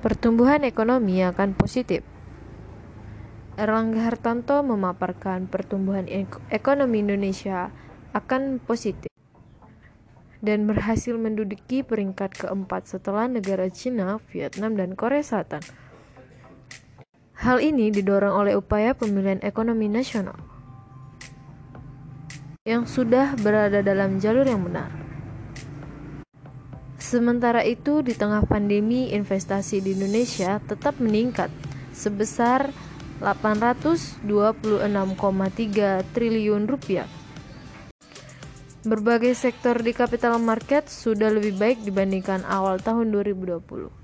pertumbuhan ekonomi akan positif. Erlangga Hartarto memaparkan pertumbuhan ekonomi Indonesia akan positif dan berhasil menduduki peringkat keempat setelah negara Cina, Vietnam, dan Korea Selatan. Hal ini didorong oleh upaya pemulihan ekonomi nasional yang sudah berada dalam jalur yang benar. Sementara itu, di tengah pandemi, investasi di Indonesia tetap meningkat sebesar 826,3 triliun rupiah. Berbagai sektor di capital market sudah lebih baik dibandingkan awal tahun 2020.